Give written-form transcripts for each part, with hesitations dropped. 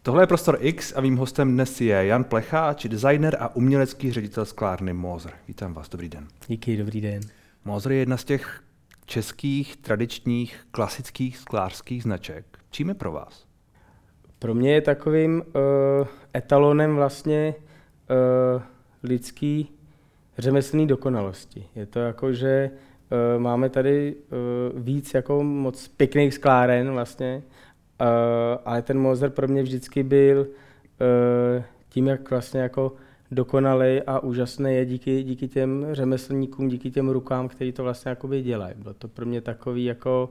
Tohle je Prostor X a mým hostem dnes je Jan Plecháč, designer a umělecký ředitel sklárny Moser. Vítám vás, dobrý den. Díky, dobrý den. Moser je jedna z těch českých, tradičních, klasických sklářských značek. Čím je pro vás? Pro mě je takovým etalonem vlastně lidský řemeslný dokonalosti. Je to jako, že máme tady víc jako moc pěkných skláren vlastně, ale ten Moser pro mě vždycky byl tím, jak vlastně jako dokonalej a úžasný je díky těm řemeslníkům, díky těm rukám, který to vlastně jakoby dělají. Bylo to pro mě takový jako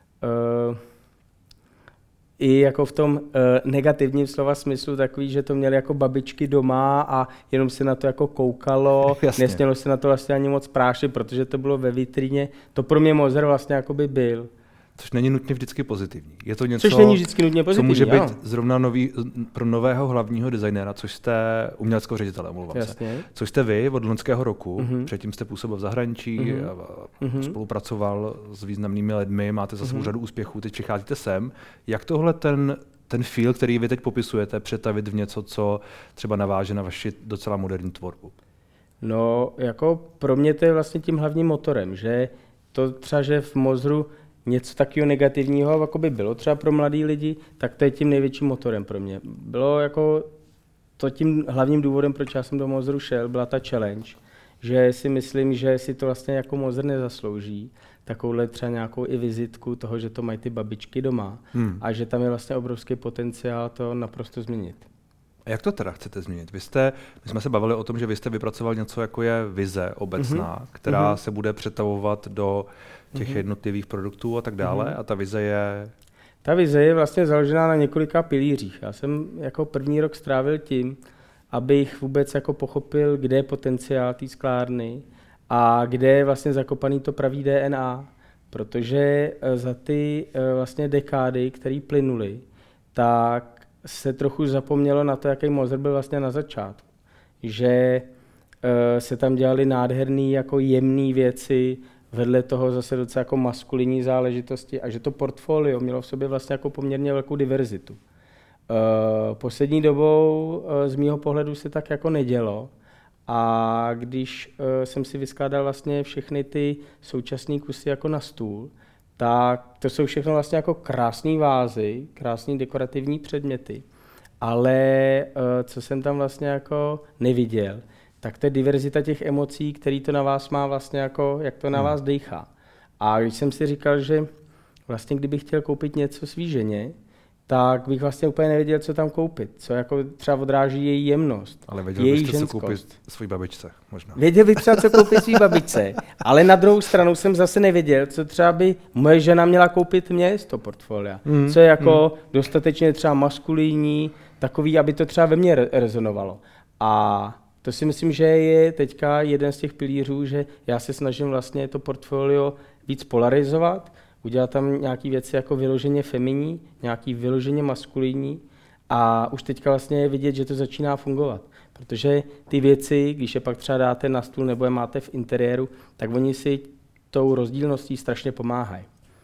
i jako v tom negativním slova smyslu takový, že to měli jako babičky doma a jenom se na to jako koukalo, nesmělo se na to vlastně ani moc prášit, protože to bylo ve vitríně. To pro mě Moser vlastně jakoby byl. Což není nutně vždycky pozitivní. Je to něco, což není vždycky nutně pozitivní, co může být zrovna pro nového hlavního designéra, což jste uměleckého ředitele, omlouvám se. Což jste vy od loňského roku, předtím jste působil v zahraničí, spolupracoval s významnými lidmi, máte za sebou řadu úspěchů, teď přicházíte sem. Jak tohle ten feel, který vy teď popisujete, přetavit v něco, co třeba naváže na vaši docela moderní tvorbu? No, jako pro mě to je vlastně tím hlavním motorem, že to třeba, že v Moseru něco takového negativního jako by bylo třeba pro mladý lidi, tak to je tím největším motorem pro mě. Bylo jako to tím hlavním důvodem, proč já jsem do Moseru šel, byla ta challenge, že si myslím, že si to vlastně jako Moser nezaslouží, takovouhle třeba nějakou i vizitku toho, že to mají ty babičky doma a že tam je vlastně obrovský potenciál to naprosto změnit. A jak to teda chcete změnit? My jsme se bavili o tom, že vy jste vypracoval něco, jako je vize obecná, která se bude přetavovat do těch jednotlivých produktů a tak dále. A ta vize je? Ta vize je vlastně založená na několika pilířích. Já jsem jako první rok strávil tím, abych vůbec jako pochopil, kde je potenciál té sklárny a kde je vlastně zakopaný to pravý DNA. Protože za ty vlastně dekády, které plynuly, tak se trochu zapomnělo na to, jaký Moser byl vlastně na začátku. Že se tam dělaly nádherné jako jemné věci, vedle toho zase docela jako maskulinní záležitosti a že to portfolio mělo v sobě vlastně jako poměrně velkou diverzitu. Poslední dobou z mýho pohledu se tak jako nedělo a když jsem si vyskládal vlastně všechny ty současné kusy jako na stůl, tak to jsou všechno vlastně jako krásné vázy, krásné dekorativní předměty, ale co jsem tam vlastně jako neviděl, tak to je diverzita těch emocí, který to na vás má vlastně jako, jak to na vás dejchá. A když jsem si říkal, že vlastně kdybych chtěl koupit něco svý ženě, tak bych vlastně úplně nevěděl, co tam koupit, co jako třeba odráží její jemnost, ale věděl byste, co koupit svý babičce možná. Věděl bych třeba, co koupit svý babičce, ale na druhou stranu jsem zase nevěděl, co třeba by moje žena měla koupit mě z toho portfolia. Co je jako dostatečně třeba maskulinní, takový, aby to třeba ve mně rezonovalo. A to si myslím, že je teďka jeden z těch pilířů, že já se snažím vlastně to portfolio víc polarizovat, udělat tam nějaké věci jako vyloženě feminní, nějaký vyloženě maskulinní a už teďka vlastně je vidět, že to začíná fungovat. Protože ty věci, když je pak třeba dáte na stůl nebo je máte v interiéru, tak oni si tou rozdílností strašně pomáhají.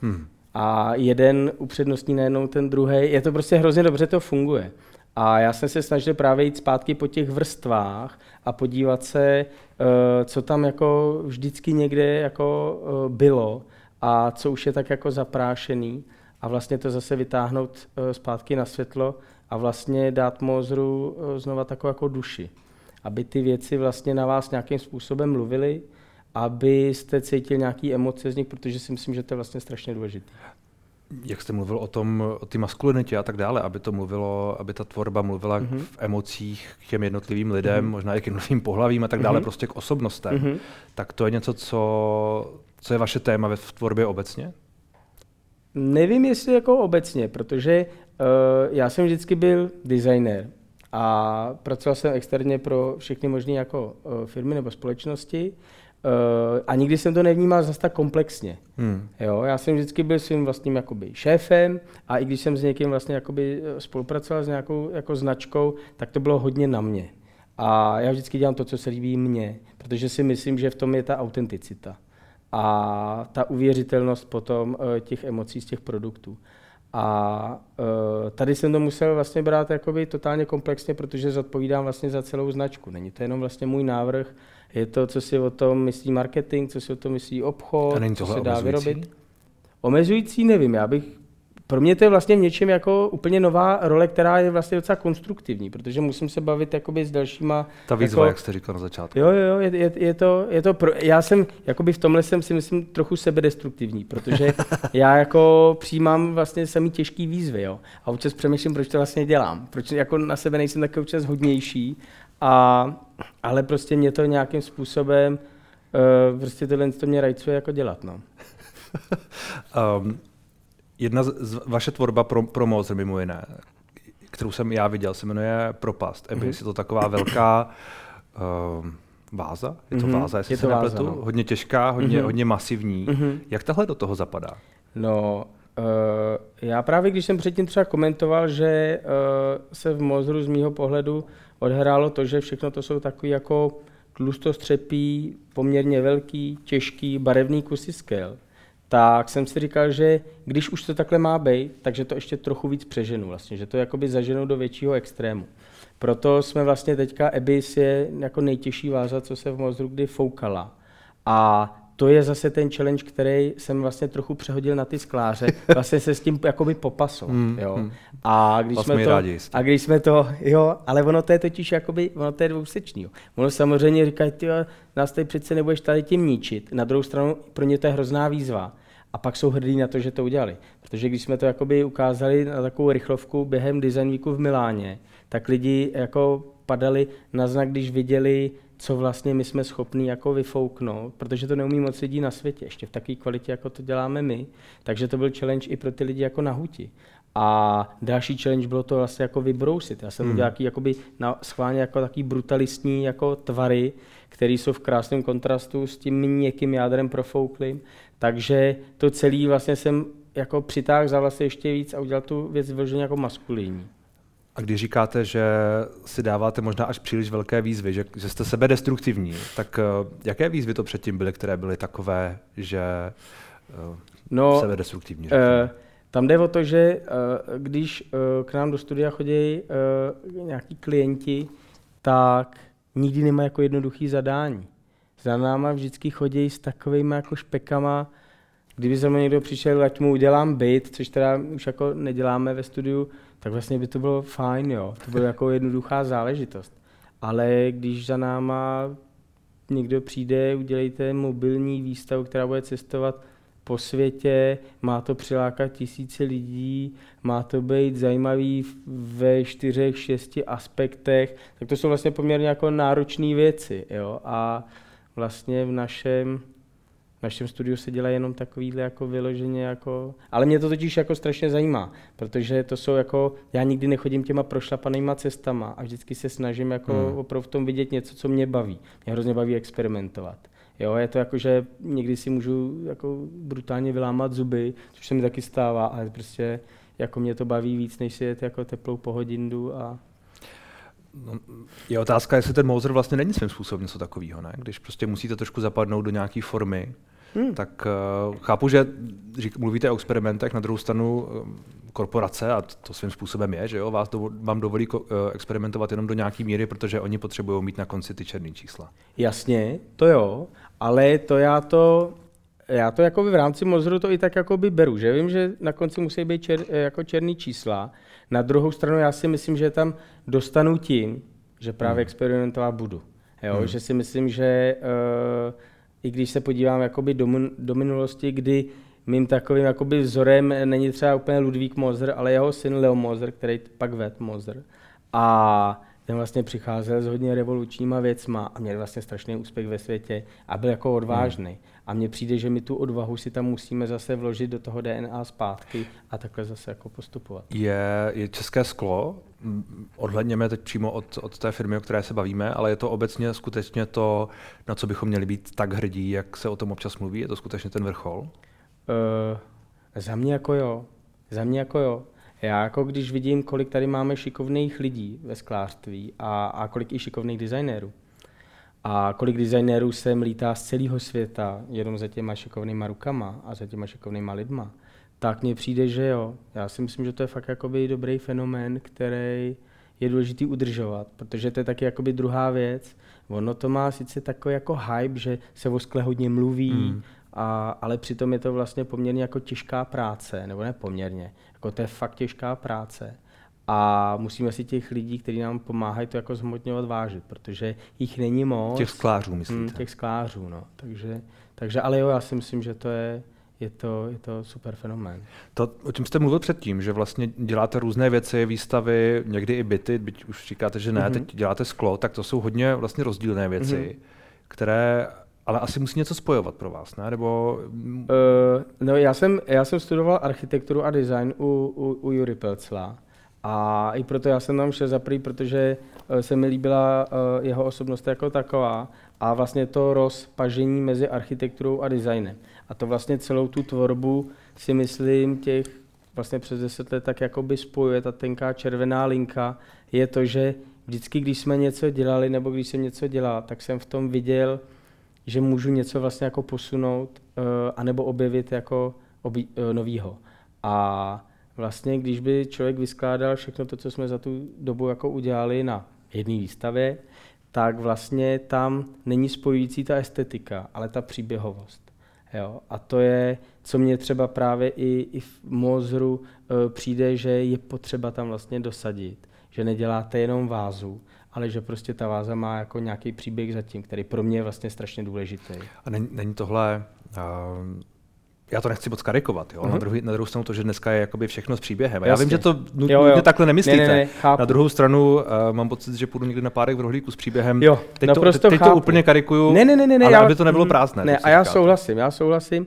A jeden upřednostní najednou ten druhý, je to prostě hrozně dobře, to funguje. A já jsem se snažil právě jít zpátky po těch vrstvách a podívat se, co tam jako vždycky někde jako bylo a co už je tak jako zaprášený a vlastně to zase vytáhnout zpátky na světlo a vlastně dát Moseru znova takovou jako duši, aby ty věci vlastně na vás nějakým způsobem mluvily, abyste cítil nějaké emoce z nich, protože si myslím, že to je vlastně strašně důležité. Jak jste mluvil o té maskulinitě a tak dále, aby ta tvorba mluvila v emocích k těm jednotlivým lidem, možná i k jednotlivým pohlavím a tak dále, prostě k osobnostem, tak to je něco, co je vaše téma v tvorbě obecně? Nevím, jestli jako obecně, protože já jsem vždycky byl designér a pracoval jsem externě pro všechny možné jako firmy nebo společnosti. A nikdy jsem to nevnímal zase tak komplexně. Jo, já jsem vždycky byl svým vlastním jakoby šéfem a i když jsem s někým vlastně jakoby spolupracoval s nějakou jako značkou, tak to bylo hodně na mě. A já vždycky dělám to, co se líbí mně, protože si myslím, že v tom je ta autenticita a ta uvěřitelnost potom těch emocí z těch produktů. A tady jsem to musel vlastně brát jakoby totálně komplexně, protože zodpovídám vlastně za celou značku. Není to jenom vlastně můj návrh, je to, co si o tom myslí marketing, co si o tom myslí obchod, co se dá vyrobit. Omezující nevím, pro mě to je vlastně v něčem jako úplně nová role, která je vlastně docela konstruktivní, protože musím se bavit jakoby s dalšíma. Ta výzva, jak jste říkal na začátku. Jo, já jsem jakoby v tomhle jsem si myslím trochu sebedestruktivní, protože já jako přijímám vlastně samý těžký výzvy, jo. A občas přemýšlím, proč to vlastně dělám, proč jako na sebe nejsem taky občas hodnější, ale prostě mě to nějakým způsobem, prostě tohle to mě rajcuje jako dělat, no. Jedna vaše tvorba pro Moser mimo jiné, kterou jsem já viděl, se jmenuje Propast. Abyss, je to taková velká váza, je to váza, jestli se nepletu, no. Hodně těžká, hodně masivní. Jak tahle do toho zapadá? No, já právě, když jsem předtím třeba komentoval, že se v Moseru z mýho pohledu odhrálo to, že všechno to jsou takový jako tlustostřepý, poměrně velký, těžký, barevný kusy skel, tak jsem si říkal, že když už to takhle má být, takže to ještě trochu víc přeženu vlastně, že to jakoby zaženu do většího extrému. Proto jsme vlastně teďka, Abyss je jako nejtěžší váza, co se v Moseru kdy foukala. A to je zase ten challenge, který jsem vlastně trochu přehodil na ty skláře, vlastně se s tím jakoby popasovat, jo. A když jsme to, jo, ale ono to je totiž jakoby, ono to je dvousečný, jo. Ono samozřejmě říkají, ty nás tady přece nebudeš tady tím ničit, na druhou stranu pro ně to je hrozná výzva. A pak jsou hrdí na to, že to udělali. Protože když jsme to jakoby ukázali na takovou rychlovku během Design Weeku v Miláně, tak lidi jako padali na znak, když viděli, co vlastně my jsme schopní jako vyfouknout, protože to neumí moc lidí na světě, ještě v takové kvalitě, jako to děláme my. Takže to byl challenge i pro ty lidi jako na huti. A další challenge bylo to vlastně jako vybrousit. Já jsem udělal jakoby schválně jako taký brutalistní jako tvary, které jsou v krásném kontrastu s tím měkkým jádrem profouklým. Takže to celé vlastně jsem jako přitáhl za vlastně ještě víc a udělal tu věc vyloženě jako maskulinní. A když říkáte, že si dáváte možná až příliš velké výzvy, že jste sebedestruktivní, tak jaké výzvy to předtím byly, které byly takové, že sebedestruktivní? Tam jde o to, že když k nám do studia chodí nějaký klienti, tak nikdy nemá jako jednoduchý zadání. Za náma vždycky chodí s takovými jako špekama. Kdyby za mnou někdo přišel, ať mu udělám byt, což teda už jako neděláme ve studiu, tak vlastně by to bylo fajn, jo. To bylo jako jednoduchá záležitost. Ale když za náma někdo přijde, udělejte mobilní výstavu, která bude cestovat po světě, má to přilákat tisíce lidí, má to být zajímavý ve 4-6 aspektech, tak to jsou vlastně poměrně jako náročné věci, jo. A vlastně v našem studiu se dělají jenom takovýhle jako vyloženě jako, ale mě to totiž jako strašně zajímá, protože to jsou jako, já nikdy nechodím těma prošlapanýma cestama a vždycky se snažím jako opravdu v tom vidět něco, co mě baví. Mě hrozně baví experimentovat. Jo, je to jako, že někdy si můžu jako brutálně vylámat zuby, což se mi taky stává, ale prostě jako mě to baví víc, než si jet jako teplou pohodindu a... No, je otázka, jestli ten Moser vlastně není svým způsobem něco takového, ne? Když prostě musíte trošku zapadnout do nějaké formy, tak chápu, že mluvíte o experimentech, na druhou stranu korporace, a to svým způsobem je, že jo, vám dovolí experimentovat jenom do nějaké míry, protože oni potřebují mít na konci ty černé čísla. Jasně, to jo, ale já to jako v rámci Moseru to i tak jako by beru, že vím, že na konci musí být jako černý čísla. Na druhou stranu já si myslím, že tam dostanu tím, že právě experimentovat budu. Jo? Že si myslím, že i když se podívám jakoby do minulosti, kdy mým takovým jakoby vzorem není třeba úplně Ludvík Moser, ale jeho syn Leo Moser, který pak vedl Moser. A ten vlastně přicházel s hodně revolučníma věcma a měl vlastně strašný úspěch ve světě a byl jako odvážný. A mně přijde, že my tu odvahu si tam musíme zase vložit do toho DNA zpátky a takhle zase jako postupovat. Je České sklo, odhlédněme teď přímo od té firmy, o které se bavíme, ale je to obecně skutečně to, na co bychom měli být tak hrdí, jak se o tom občas mluví? Je to skutečně ten vrchol? Za mě jako jo. Já jako když vidím, kolik tady máme šikovných lidí ve sklářství a kolik i šikovných designérů. A kolik designérů sem lítá z celého světa jenom za těma šikovnýma rukama a za těma šikovnýma lidma, tak mně přijde, že jo. Já si myslím, že to je fakt jakoby dobrý fenomén, který je důležitý udržovat, protože to je taky jakoby druhá věc. Ono to má sice takový jako hype, že se o skle hodně mluví, ale přitom je to vlastně poměrně jako těžká práce, nebo ne poměrně, jako to je fakt těžká práce. A musíme si těch lidí, kteří nám pomáhají, to jako zhmotňovat, vážit, protože jich není moc. Těch sklářů, myslíte? Těch sklářů, no. Takže ale jo, já si myslím, že je to super fenomén. To, o čem jste mluvil předtím, že vlastně děláte různé věci, výstavy, někdy i byty, byť už říkáte, že ne, teď děláte sklo, tak to jsou hodně vlastně rozdílné věci, které ale asi musí něco spojovat pro vás, ne? Nebo... No, já jsem studoval architekturu a design u Jury Pelcla. A i proto já jsem tam šel za prvý, protože se mi líbila jeho osobnost jako taková a vlastně to rozpažení mezi architekturou a designem. A to vlastně celou tu tvorbu si myslím těch vlastně přes 10 let tak jakoby spojuje, ta tenká červená linka je to, že vždycky, když jsme něco dělali nebo když jsem něco dělal, tak jsem v tom viděl, že můžu něco vlastně jako posunout anebo objevit jako novýho. A vlastně, když by člověk vyskládal všechno to, co jsme za tu dobu jako udělali na jedné výstavě, tak vlastně tam není spojující ta estetika, ale ta příběhovost. Jo? A to je, co mě třeba právě i v Mozru přijde, že je potřeba tam vlastně dosadit. Že neděláte jenom vázu, ale že prostě ta váza má jako nějaký příběh zatím, který pro mě je vlastně strašně důležitý. A není tohle... Já to nechci moc karikovat, jo? Na druhou stranu to, že dneska je jakoby všechno s příběhem. Já vím, že to nutně takhle nemyslíte. Ne, na druhou stranu mám pocit, že půjdu někdy na párek v rohlíku s příběhem. Jo, teď to úplně karikuju, ale aby to nebylo prázdné. Ne, a já souhlasím.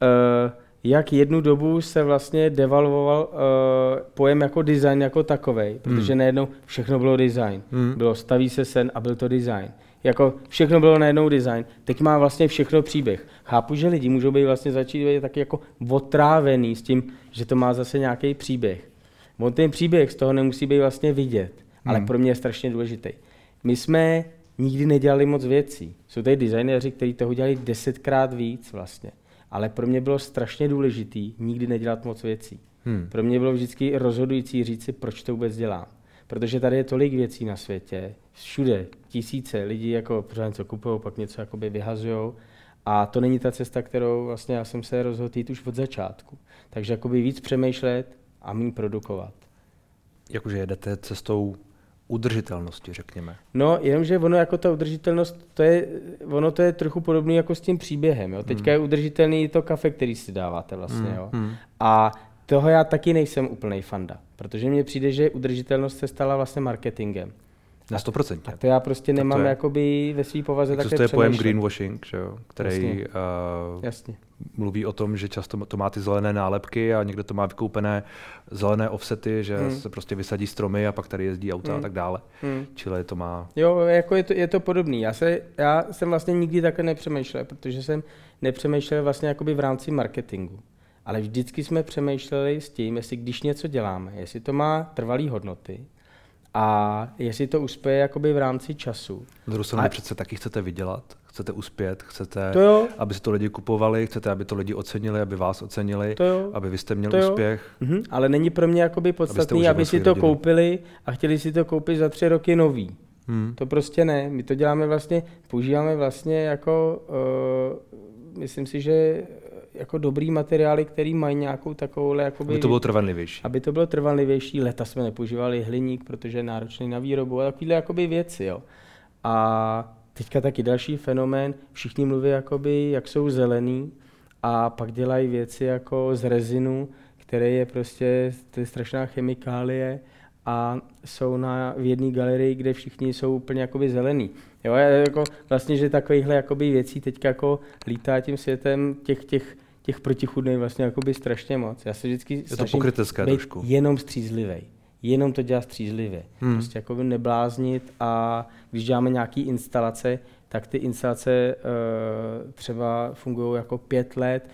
Jak jednu dobu se vlastně devalvoval pojem jako design jako takovej, protože najednou všechno bylo design. Bylo staví se sen a byl to design. Jako všechno bylo najednou design, teď má vlastně všechno příběh. Chápu, že lidi můžou být vlastně začít být taky jako otrávený s tím, že to má zase nějaký příběh. On ten příběh z toho nemusí být vlastně vidět, ale pro mě je strašně důležitý. My jsme nikdy nedělali moc věcí. Jsou tady designéři, kteří toho dělali 10krát víc vlastně. Ale pro mě bylo strašně důležitý nikdy nedělat moc věcí. Pro mě bylo vždycky rozhodující říct si, proč to vůbec dělám. Protože tady je tolik věcí na světě, všude tisíce lidí jako pořád něco kupují, pak něco jakoby vyhazujou. A to není ta cesta, kterou vlastně já jsem se rozhodl jít už od začátku. Takže jakoby víc přemýšlet a méně produkovat. Jakože jedete cestou udržitelnosti, řekněme. No, jenomže ono jako ta udržitelnost, to je trochu podobné jako s tím příběhem. Jo? Teďka je udržitelný to kafe, který si dáváte vlastně. Jo? A toho já taky nejsem úplnej fanda, protože mně přijde, že udržitelnost se stala vlastně marketingem. Na 100%. A to já prostě nemám jakoby ve svý povaze takhle přemýšlet. To je pojem greenwashing, že jo? Který Jasně. Mluví o tom, že často to má ty zelené nálepky a někdo to má vykoupené zelené offsety, že se prostě vysadí stromy a pak tady jezdí auta a tak dále. Čili to má... Jo, jako je to podobný. Já jsem vlastně nikdy takhle nepřemýšlel, protože jsem nepřemýšlel vlastně jakoby v rámci marketingu. Ale vždycky jsme přemýšleli s tím, jestli když něco děláme, jestli to má trvalý hodnoty a jestli to uspěje jakoby v rámci času. Na druhou stranu přece taky chcete vydělat, chcete uspět, chcete, aby si to lidi kupovali, chcete, aby to lidi ocenili, aby vás ocenili, aby vy jste měli úspěch. Ale není pro mě jakoby podstatný, aby si to koupili a chtěli si to koupit za 3 roky nový. To prostě ne. My to děláme vlastně, používáme vlastně jako, myslím si, že jako dobrý materiály, který mají nějakou takovou jakoby... Aby to bylo trvanlivější. Aby to bylo trvanlivější. Leta jsme nepoužívali hliník, protože je náročný na výrobu a takovýhle jakoby věci, jo. A teďka taky další fenomén, všichni mluví jakoby, jak jsou zelený a pak dělají věci jako z rezinu, které je prostě, to je strašná chemikálie a jsou v jedné galerii, kde všichni jsou úplně jakoby zelený. Jo, jako vlastně, že takovýchhle jakoby věcí teďka jako lítá tím světem těch protichůdných vlastně jakoby strašně moc. Já se vždycky snažím být jenom střízlivej. Jenom to dělat střízlivě. Prostě jakoby nebláznit a když děláme nějaký instalace, tak ty instalace třeba fungují jako 5 let,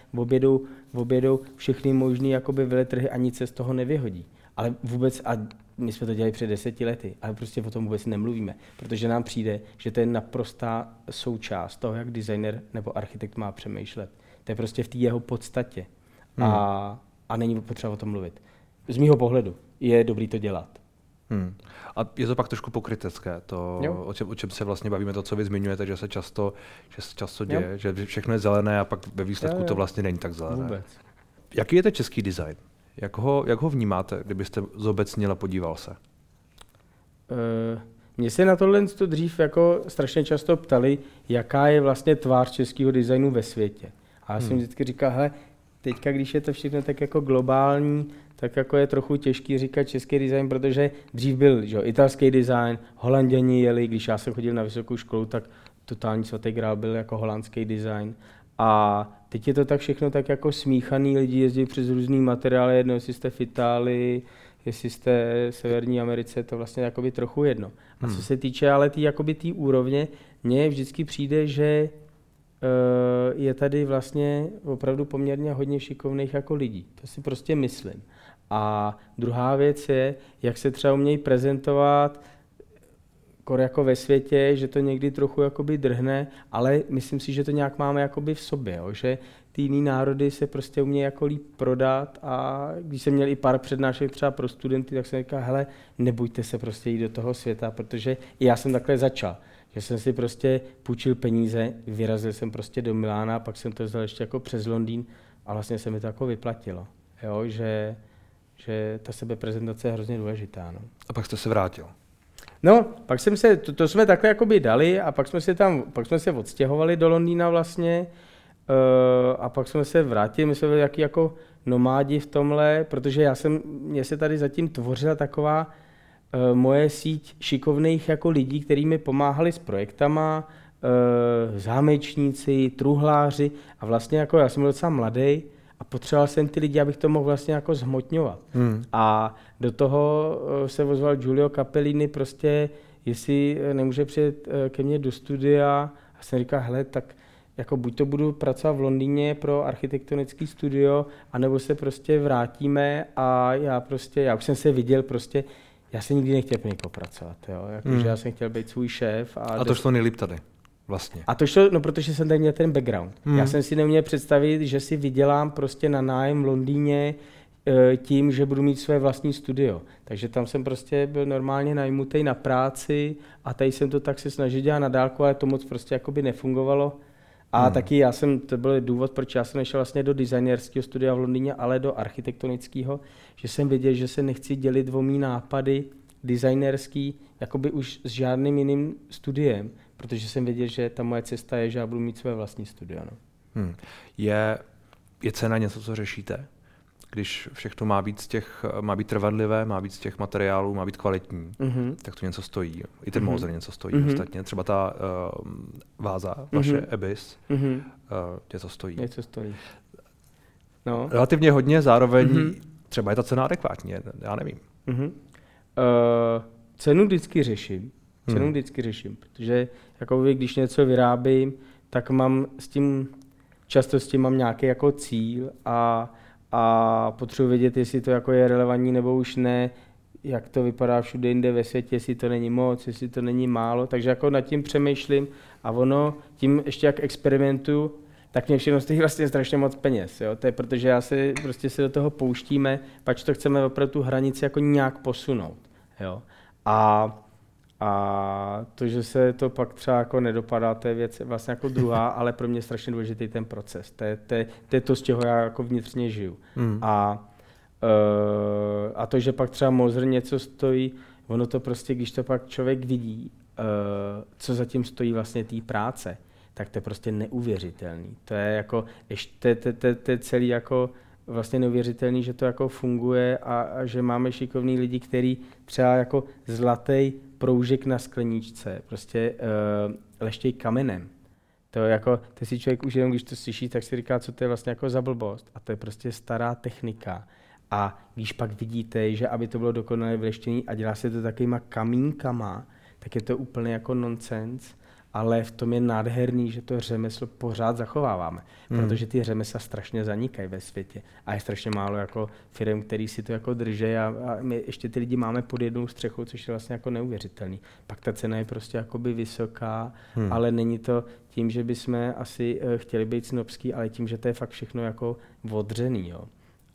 v obědu všechny možný jakoby veletrhy a nic se z toho nevyhodí. Ale vůbec, a my jsme to dělali před 10 lety, ale prostě o tom vůbec nemluvíme, protože nám přijde, že to je naprostá součást toho, jak designer nebo architekt má přemýšlet. To je prostě v té jeho podstatě. A a není potřeba o tom mluvit. Z mýho pohledu je dobrý to dělat. A je to pak trošku pokrytecké, to, o čem se vlastně bavíme, to, co vy zmiňujete, že se často děje, že všechno je zelené a pak ve výsledku to vlastně není tak zelené. Vůbec. Jaký je to český design? Jak ho vnímáte, kdybyste zobecnil a podíval se? Mně se na tohle dřív jako strašně často ptali, jaká je vlastně tvář českého designu ve světě. A já jsem vždycky říkal, hele, teďka, když je to všechno tak jako globální, tak jako je trochu těžký říkat český design, protože dřív byl italský design, Holanděni jeli, když já jsem chodil na vysokou školu, tak totální svatý grál byl jako holandský design. A teď je to tak všechno tak jako smíchaný, lidi jezdí přes různý materiály, jedno, jestli jste v Itálii, jestli jste v Severní Americe, to vlastně jakoby trochu jedno. A co se týče ale té úrovně, mně vždycky přijde, že je tady vlastně opravdu poměrně hodně šikovných jako lidí. To si prostě myslím. A druhá věc je, jak se třeba umějí prezentovat jako ve světě, že to někdy trochu jakoby drhne, ale myslím si, že to nějak máme jakoby v sobě, jo? Že ty jiný národy se prostě umějí jako líp prodat a když jsem měl i pár přednášek třeba pro studenty, tak jsem říkal, hele, nebojte se prostě jít do toho světa, protože i já jsem takhle začal. Že jsem si prostě půjčil peníze, vyrazil jsem prostě do Milána, pak jsem to vzal ještě jako přes Londýn a vlastně se mi to jako vyplatilo, jo? Že ta sebeprezentace je hrozně důležitá. No. A pak jste se vrátil? No, pak jsem se, to jsme takhle jakoby dali a pak jsme se odstěhovali do Londýna vlastně a pak jsme se vrátili, my jsme byli jaký jako nomádi v tomhle, protože mě se tady zatím tvořila taková moje síť šikovných jako lidí, kteří mi pomáhali s projektama, zámečníci, truhláři a vlastně jako já jsem byl docela mladý a potřeboval jsem ty lidi, abych to mohl vlastně jako zhmotňovat. A do toho se ozval Giulio Capellini prostě, jestli nemůže přijet ke mně do studia a jsem říkal, hele, tak jako buď to budu pracovat v Londýně pro architektonický studio, anebo se prostě vrátíme a já už jsem se viděl prostě, já jsem nikdy nechtěl pro někoho pracovat, jo, jakože já jsem chtěl být svůj šéf. A to šlo nejlíp tady. Vlastně. A to šlo, no protože jsem tady měl ten background. Já jsem si neuměl představit, že si vydělám prostě na nájem v Londýně tím, že budu mít své vlastní studio. Takže tam jsem prostě byl normálně najmutej na práci a tady jsem to tak se snažil dělat na dálku, ale to moc prostě jakoby nefungovalo. A taky to byl důvod, proč já jsem nešel vlastně do designérského studia v Londýně, ale do architektonického, že jsem věděl, že se nechci dělit o mý nápady designérský, jakoby už s žádným jiným studiem, protože jsem věděl, že ta moje cesta je, že já budu mít své vlastní studio. No. Je cena něco, co řešíte? Když všechno má být trvanlivé, má být z těch materiálů, má být kvalitní, tak to něco stojí. I ten Moser něco stojí ostatně. Třeba ta váza, vaše Abyss, něco stojí. Něco stojí. No. Relativně hodně, zároveň třeba je ta cena adekvátní, já nevím. Cenu vždycky řeším, protože jakoby, když něco vyrábím, tak často s tím mám nějaký jako cíl a potřebuji vědět, jestli to jako je relevantní nebo už ne, jak to vypadá všude jinde ve světě, jestli to není moc, jestli to není málo, takže jako nad tím přemýšlím a ono tím ještě jak experimentuju, tak mě všechno stojí vlastně strašně moc peněz, jo? To je protože se do toho pouštíme, pač to chceme opravdu tu hranici jako nějak posunout, jo? A to, že se to pak třeba jako nedopadá, to je věc vlastně jako druhá, ale pro mě je strašně důležitý ten proces. To je to, z čeho já jako vnitřně žiju. A to, že pak třeba Moser něco stojí, ono to prostě, když to pak člověk vidí, co zatím stojí vlastně té práce, tak to je prostě neuvěřitelný. To je jako, to je celý jako vlastně neuvěřitelný, že to jako funguje a že máme šikovný lidi, který třeba jako zlatý proužek na skleničce, prostě leštěj kamenem. To jako, ty si člověk už jenom, když to slyší, tak si říká, co to je vlastně jako za blbost. A to je prostě stará technika. A když pak vidíte, že aby to bylo dokonale vleštěný a dělá se to takovýma kamínkama, tak je to úplně jako nonsens. Ale v tom je nádherný, že to řemeslo pořád zachováváme, protože ty řemesla strašně zanikají ve světě a je strašně málo jako firm, který si to jako drží a my ještě ty lidi máme pod jednou střechou, což je vlastně jako neuvěřitelný. Pak ta cena je prostě jakoby vysoká, ale není to tím, že bychom asi chtěli být snobský, ale tím, že to je fakt všechno jako odřený, jo.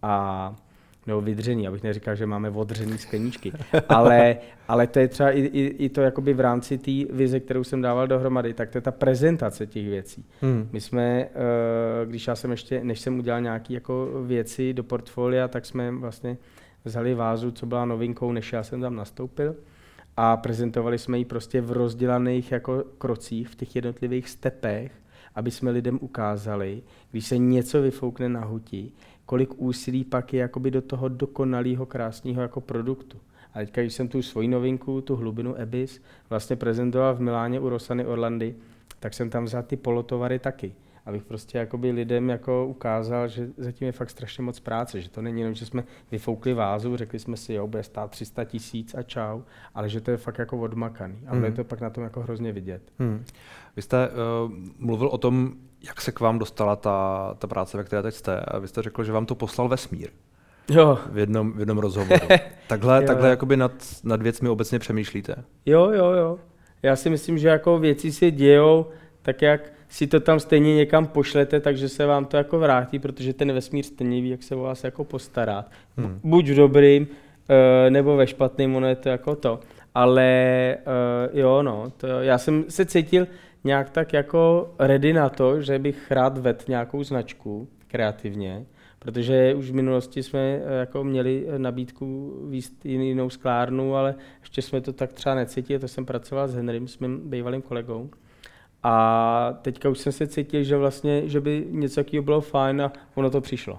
nebo vydřený, abych neříkal, že máme odřený skleníčky, ale to je třeba i to jakoby v rámci té vize, kterou jsem dával dohromady, tak to je ta prezentace těch věcí. My jsme, když já jsem ještě, než jsem udělal nějaké jako věci do portfolia, tak jsme vlastně vzali vázu, co byla novinkou, než já jsem tam nastoupil a prezentovali jsme ji prostě v rozdělaných jako krocích, v těch jednotlivých stepech, aby jsme lidem ukázali, když se něco vyfoukne na huti, kolik úsilí pak je jakoby do toho dokonalého, krásného jako produktu. A teďka, když jsem tu svoji novinku, tu hlubinu Abyss, vlastně prezentoval v Miláně u Rossany Orlandy, tak jsem tam vzal ty polotovary taky. Abych prostě jakoby lidem jako ukázal, že zatím je fakt strašně moc práce, že to není jenom, že jsme vyfoukli vázu, řekli jsme si, jo, bude stát 300 000 a čau, ale že to je fakt jako odmakaný. A je to pak na tom jako hrozně vidět. Vy jste mluvil o tom, jak se k vám dostala ta práce, ve které teď jste, a vy jste řekl, že vám to poslal vesmír. Jo. V jednom rozhovoru. Takhle jakoby nad věcmi obecně přemýšlíte? Jo. Já si myslím, že jako věci se dějou tak, jak si to tam stejně někam pošlete, takže se vám to jako vrátí, protože ten vesmír stejně ví, jak se o vás jako postarat. Buď v dobrým, nebo ve špatným, ono je to jako to. Ale já jsem se cítil nějak tak jako ready na to, že bych rád vedl nějakou značku kreativně, protože už v minulosti jsme jako měli nabídku víc jinou sklárnu, ale ještě jsme to tak třeba necítili, to jsem pracoval s Henrym, s mým bývalým kolegou. A teďka už jsem se cítil, že vlastně, že by něco takového bylo fajn a ono to přišlo.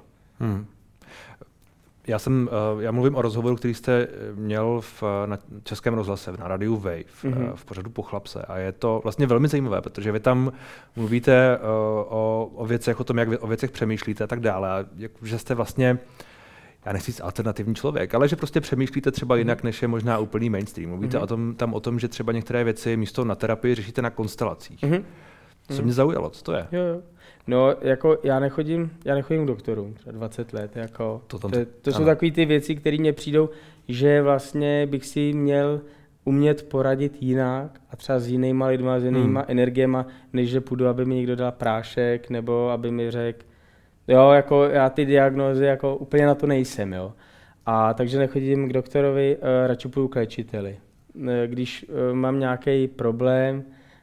Já mluvím o rozhovoru, který jste měl na Českém rozhlase, na Radiu Wave, v pořadu Pochlapse. A je to vlastně velmi zajímavé, protože vy tam mluvíte o věcech, o tom, jak o věcech přemýšlíte a tak dále. A že jste vlastně, já nechci říct alternativní člověk, ale že prostě přemýšlíte třeba jinak, než je možná úplný mainstream. Mluvíte o tom, že třeba některé věci místo na terapii řešíte na konstelacích. Co mě zaujalo, co to je? Jo. No, jako já nechodím k doktorům, třeba 20 let, jako to jsou takové ty věci, které mně přijdou, že vlastně bych si měl umět poradit jinak a třeba s jinýma lidma, s jinýma energiema, než že půjdu, aby mi někdo dal prášek, nebo aby mi řekl, jo, jako já ty diagnózy jako úplně na to nejsem, jo. A takže nechodím k doktorovi, radši půjdu k léčiteli. Když mám nějaký problém,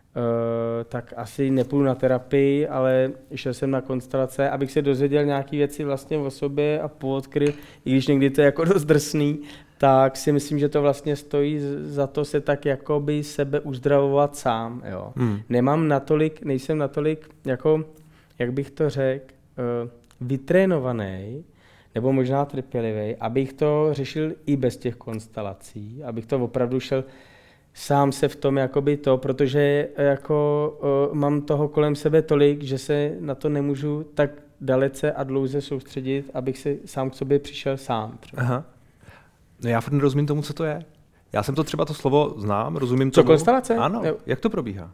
tak asi nepůjdu na terapii, ale šel jsem na konstelace, abych se dozvěděl nějaké věci vlastně o sobě a poodkryl, i když někdy to je jako dost drsný, tak si myslím, že to vlastně stojí za to se tak jakoby sebe uzdravovat sám, jo. Nejsem natolik, jako, jak bych to řekl, vytrénovaný, nebo možná trpělivý, abych to řešil i bez těch konstelací, abych to opravdu šel sám se v tom jakoby to, protože jako mám toho kolem sebe tolik, že se na to nemůžu tak dalece a dlouze soustředit, abych se sám k sobě přišel sám. Aha. No já furt nerozumím tomu, co to je. Já jsem to třeba to slovo znám, rozumím tomu. Co konstelace? Ano, jo. Jak to probíhá?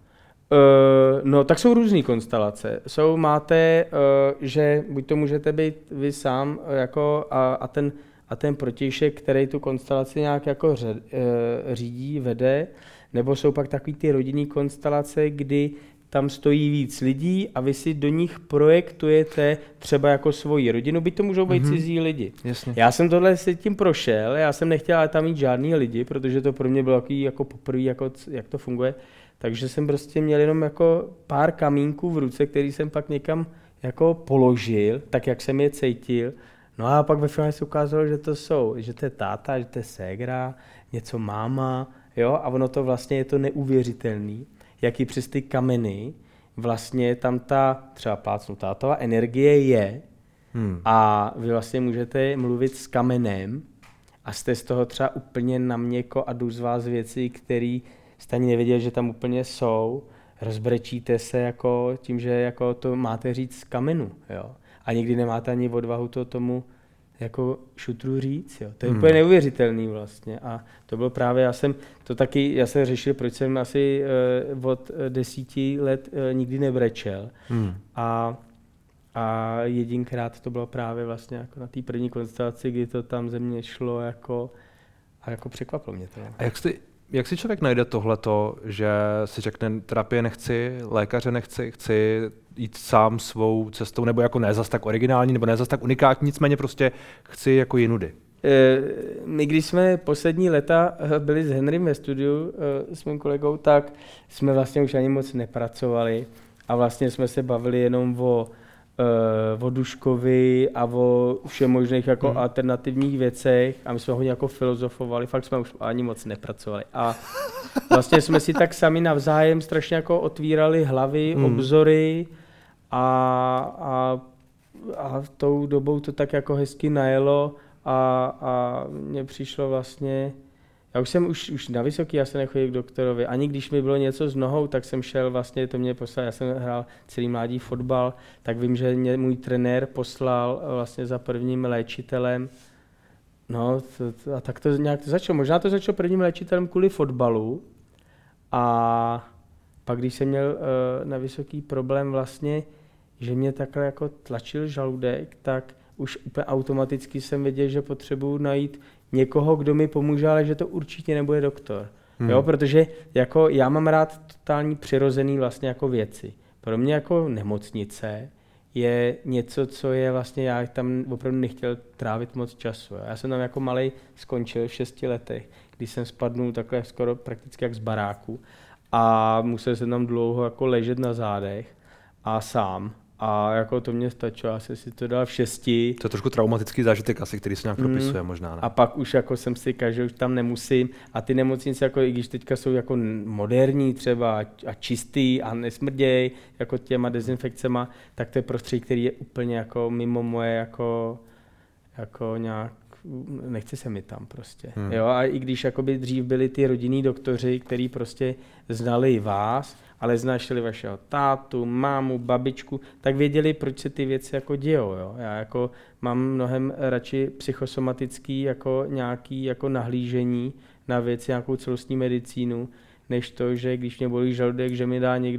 No, tak jsou různý konstelace. Máte, že buď to můžete být vy sám jako a ten protějšek, který tu konstelaci nějak jako řídí, vede, nebo jsou pak takový ty rodinný konstelace, kdy tam stojí víc lidí a vy si do nich projektujete třeba jako svoji rodinu, byť to můžou být cizí lidi. Jasně. Já jsem tohle si tím prošel, já jsem nechtěl ale tam mít žádný lidi, protože to pro mě bylo jako poprvé, jako jak to funguje, takže jsem prostě měl jenom jako pár kamínků v ruce, který jsem pak někam jako položil, tak jak jsem je cítil. No a pak ve finále se ukázalo, že to je táta, že to je ségra, něco máma, jo, a ono to vlastně je to neuvěřitelný, jaký přes ty kameny vlastně tam ta třeba tátová energie je a vy vlastně můžete mluvit s kamenem a jste z toho třeba úplně na měko a jdu z vás věci, které jste ani nevěděli, že tam úplně jsou, rozbrečíte se jako tím, že jako to máte říct z kamenu, jo. A nikdy nemáte ani odvahu to tomu jako šutru říct, jo. To je úplně neuvěřitelný vlastně. A to bylo právě, já jsem řešil, proč jsem asi od 10 let nikdy nebrečel. A jedinkrát to bylo právě vlastně jako na té první konstelaci, kdy to tam ze mě šlo jako a jako překvapilo mě to. A Jak si člověk najde tohleto, že si řekne, terapie nechci, lékaře nechci, chci jít sám svou cestou, nebo jako ne zas tak originální, nebo ne zas tak unikátní, nicméně prostě chci jako jinudy? My, když jsme poslední léta byli s Henrym ve studiu s mým kolegou, tak jsme vlastně už ani moc nepracovali a vlastně jsme se bavili jenom o Duškovi a o všemožných jako alternativních věcech a my jsme hodně jako filozofovali, fakt jsme už ani moc nepracovali. A vlastně jsme si tak sami navzájem strašně jako otvírali hlavy, obzory a tou dobou to tak jako hezky najelo a mně přišlo vlastně, já už jsem už na vysoký, já jsem nechodil k doktorovi, ani když mi bylo něco s nohou, tak jsem šel vlastně, to mě poslal, já jsem hrál celý mládí fotbal, tak vím, že mě můj trenér poslal vlastně za prvním léčitelem, no a tak to nějak to začalo, možná to začalo prvním léčitelem kvůli fotbalu a pak když jsem měl na vysoký problém vlastně, že mě takhle jako tlačil žaludek, tak už úplně automaticky jsem věděl, že potřebuji najít někoho, kdo mi pomůže, ale že to určitě nebude doktor. Jo, protože jako já mám rád totální přirozený vlastně jako věci. Pro mě jako nemocnice je něco, co je vlastně, já tam opravdu nechtěl trávit moc času. Já jsem tam jako malej skončil v 6 letech, kdy jsem spadnul takhle skoro prakticky jak z baráku a musel jsem tam dlouho jako ležet na zádech a sám. A jako to mě stačilo, já jsem si to dal v 6. To je trošku traumatický zážitek asi, který se nějak propisuje možná, ne? A pak už jako jsem si říkal, že už tam nemusím. A ty nemocnice, jako, i když teďka jsou jako moderní třeba a čistý a nesmrděj, jako těma dezinfekcema, tak to je prostředí, který je úplně jako mimo moje jako nějak, nechce se mi tam prostě. Jo, a i když jakoby dřív byli ty rodinní doktoři, kteří prostě znali vás, ale znašili vašeho tátu, mámu, babičku, tak věděli, proč se ty věci jako dějou. Jo? Já jako mám mnohem radši psychosomatický jako nějaký jako nahlížení na věci, nějakou celostní medicínu, než to, že když mě bolí žaludek, že mi dá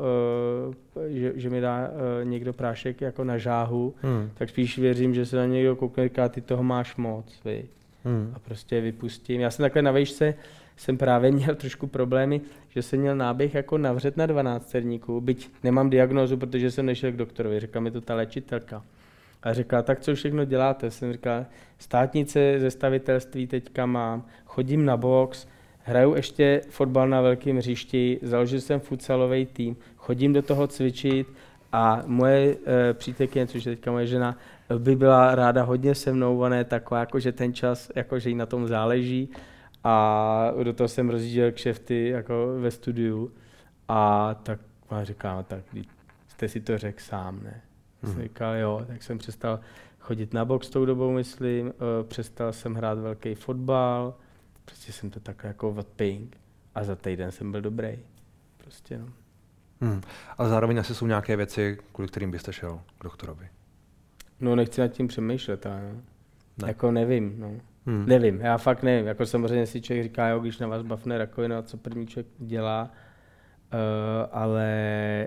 někdo prášek jako na žáhu, tak spíš věřím, že se na někdo koukne, říká, ty toho máš moc, a prostě vypustím. Já jsem takhle na vejšce jsem právě měl trošku problémy, že jsem měl náběh jako navřet na 12. byť nemám diagnózu, protože jsem nešel k doktorovi, řekla mi to ta léčitelka. A řekla, tak co všechno děláte? Jsem říkal, státnice ze stavitelství teďka mám, chodím na box, hraju ještě fotbal na velkém hřišti, založil jsem futsalový tým, chodím do toho cvičit a moje přítelkyně, což je teďka moje žena, by byla ráda hodně se mnou, ona je taková, jako, že ten čas, jako, že jí na tom záleží. A do toho jsem rozjížděl kšefty jako ve studiu a tak má říká, no, tak jste si to řekl sám, ne? Jsem říkal, jo, tak jsem přestal chodit na box tou dobou, myslím, přestal jsem hrát velký fotbal, prostě jsem to takhle jako odpink a za týden jsem byl dobrý, prostě no. Ale zároveň asi jsou nějaké věci, kvůli kterým byste šel k doktorovi. No nechci nad tím přemýšlet, ale ne. Jako nevím, no. Nevím, já fakt nevím, jako samozřejmě si člověk říká, jo, když na vás bafne rakovina, co první člověk dělá, ale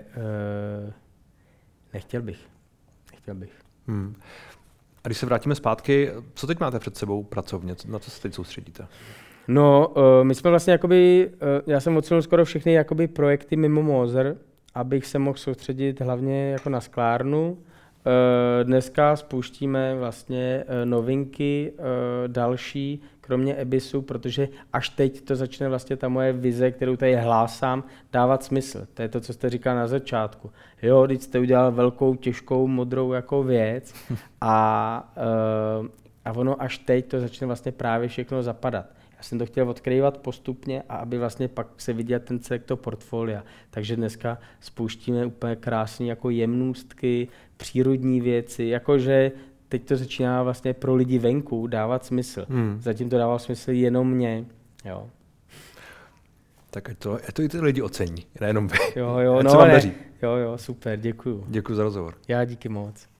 nechtěl bych. A když se vrátíme zpátky, co teď máte před sebou pracovně, na co se teď soustředíte? No, my jsme vlastně jakoby, já jsem ocenil skoro všechny jakoby projekty mimo Moser, abych se mohl soustředit hlavně jako na sklárnu. Dneska spouštíme vlastně novinky další, kromě Ebisu, protože až teď to začne vlastně ta moje vize, kterou tady hlásám, dávat smysl. To je to, co jste říkal na začátku. Jo, teď jste udělal velkou, těžkou, modrou jako věc a ono až teď to začne vlastně právě všechno zapadat. Já jsem to chtěl odkrývat postupně a aby vlastně pak se viděl ten celý to portfolia. Takže dneska spouštíme úplně krásné jako jemnůstky, přírodní věci, jakože teď to začíná vlastně pro lidi venku dávat smysl. Zatím to dává smysl jenom mě. Jo. Tak to i ty lidi ocení, nejenom vy. Jo, no, vám daří. Jo, super, děkuju. Děkuju za rozhovor. Já díky moc.